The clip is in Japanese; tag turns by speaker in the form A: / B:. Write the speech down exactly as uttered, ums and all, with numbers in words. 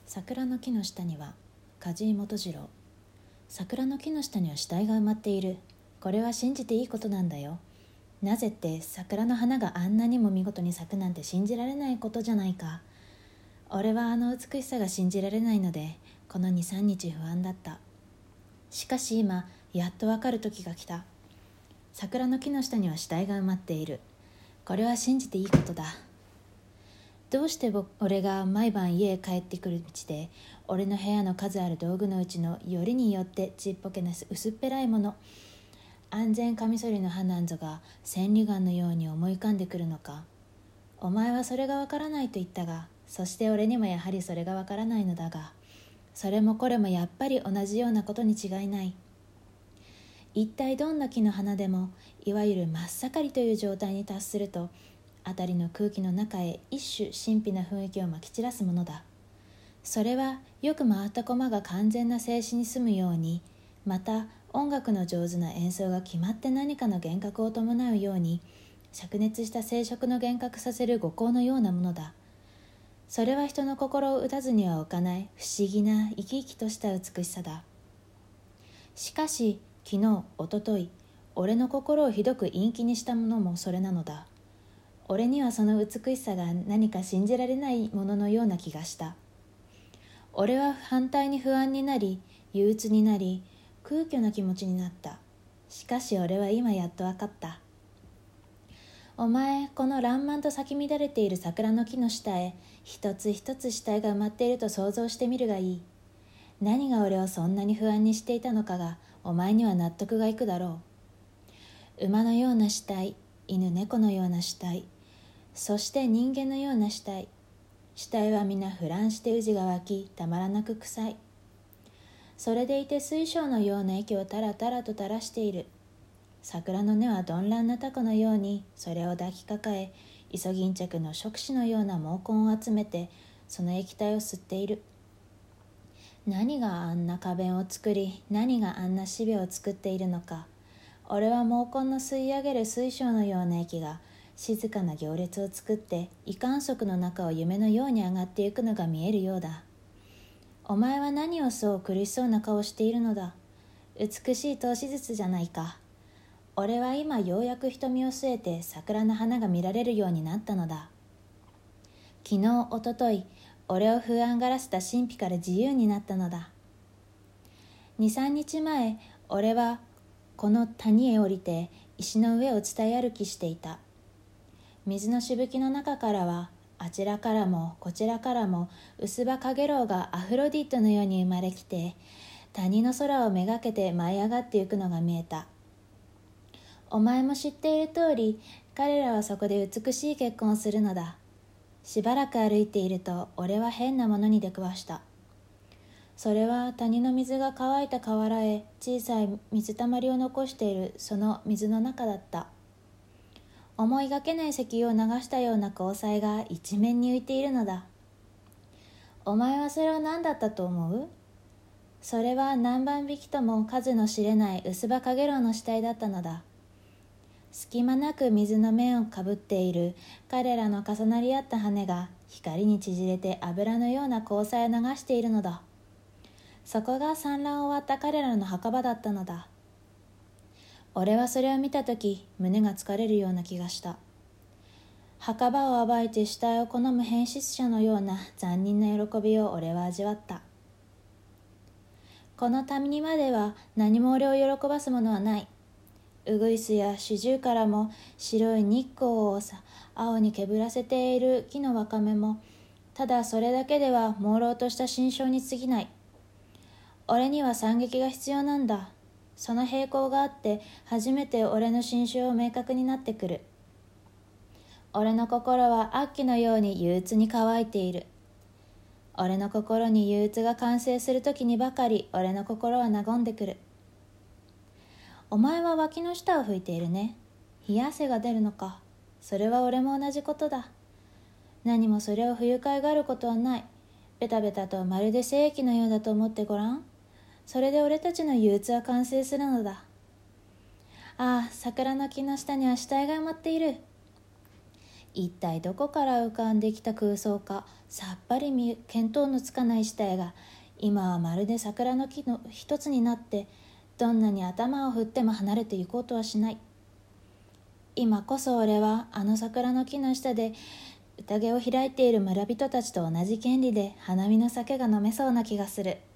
A: 桜の木の下には梶井元次郎。桜の木の下には死体が埋まっている。これは信じていいことなんだよ。なぜって桜の花があんなにも見事に咲くなんて信じられないことじゃないか。俺はあの美しさが信じられないのでこの にさんにち不安だった。しかし今やっとわかる時が来た。桜の木の下には死体が埋まっている。これは信じていいことだ。どうして俺が毎晩家へ帰ってくる道で俺の部屋の数ある道具のうちのよりによってちっぽけな薄っぺらいもの、安全カミソリの刃なんぞが千里眼のように思い浮かんでくるのか。お前はそれがわからないと言ったが、そして俺にもやはりそれがわからないのだが、それもこれもやっぱり同じようなことに違いない。一体どんな木の花でもいわゆる真っ盛りという状態に達すると、辺りの空気の中へ一種神秘な雰囲気をまき散らすものだ。それはよく回った駒が完全な静止に済むように、また音楽の上手な演奏が決まって何かの幻覚を伴うように、灼熱した生殖の幻覚させる五光のようなものだ。それは人の心を打たずには置かない不思議な生き生きとした美しさだ。しかし昨日おととい俺の心をひどく陰気にしたものもそれなのだ。俺にはその美しさが何か信じられないもののような気がした。俺は反対に不安になり、憂鬱になり、空虚な気持ちになった。しかし俺は今やっと分かった。お前、この爛漫と咲き乱れている桜の木の下へ一つ一つ死体が埋まっていると想像してみるがいい。何が俺をそんなに不安にしていたのかがお前には納得がいくだろう。馬のような死体、犬猫のような死体、そして人間のような死体。死体は皆腐乱してうじが湧き、たまらなく臭い。それでいて水晶のような息をたらたらと垂らしている。桜の根は鈍乱なタコのようにそれを抱きかかえ、イソギンチャクの触手のような毛根を集めてその液体を吸っている。何があんな花弁を作り、何があんな死病を作っているのか。俺は毛根の吸い上げる水晶のような液が静かな行列を作って異観測の中を夢のように上がっていくのが見えるようだ。お前は何をそう苦しそうな顔をしているのだ。美しい透視術じゃないか。俺は今ようやく瞳を据えて桜の花が見られるようになったのだ。昨日おととい俺を不安がらせた神秘から自由になったのだ。二三日前俺はこの谷へ降りて石の上を伝い歩きしていた。水のしぶきの中からはあちらからもこちらからも薄葉かげろうがアフロディットのように生まれきて谷の空をめがけて舞い上がっていくのが見えた。お前も知っている通り彼らはそこで美しい結婚をするのだ。しばらく歩いていると俺は変なものに出くわした。それは谷の水が乾いた河原へ小さい水たまりを残しているその水の中だった。思いがけない石油を流したような光彩が一面に浮いているのだ。お前はそれは何だったと思う？それは何万匹とも数の知れない薄葉かげろうの死体だったのだ。隙間なく水の面をかぶっている彼らの重なり合った羽が光に縮れて油のような光彩を流しているのだ。そこが産卵を終わった彼らの墓場だったのだ。俺はそれを見たとき胸が疲れるような気がした。墓場を暴いて死体を好む変質者のような残忍な喜びを俺は味わった。この谷までは何も俺を喜ばすものはない。ウグイスやシジュウからも白い日光を青にけぶらせている木のわかめもただそれだけでは朦朧とした心象に過ぎない。俺には惨劇が必要なんだ。その並行があって初めて俺の心象を明確になってくる。俺の心は悪鬼のように憂鬱に乾いている。俺の心に憂鬱が完成するときにばかり俺の心は和んでくる。お前は脇の下を拭いているね。冷や汗が出るのか。それは俺も同じことだ。何もそれを不愉快があることはない。ベタベタとまるで精液のようだと思ってごらん。それで俺たちの憂鬱は完成するのだ。ああ、桜の木の下には死体が埋まっている。 一体どこから浮かんできた空想か、さっぱり見見当のつかない死体が今はまるで桜の木の一つになって、どんなに頭を振っても離れて行こうとはしない。今こそ俺はあの桜の木の下で宴を開いている村人たちと同じ権利で花見の酒が飲めそうな気がする。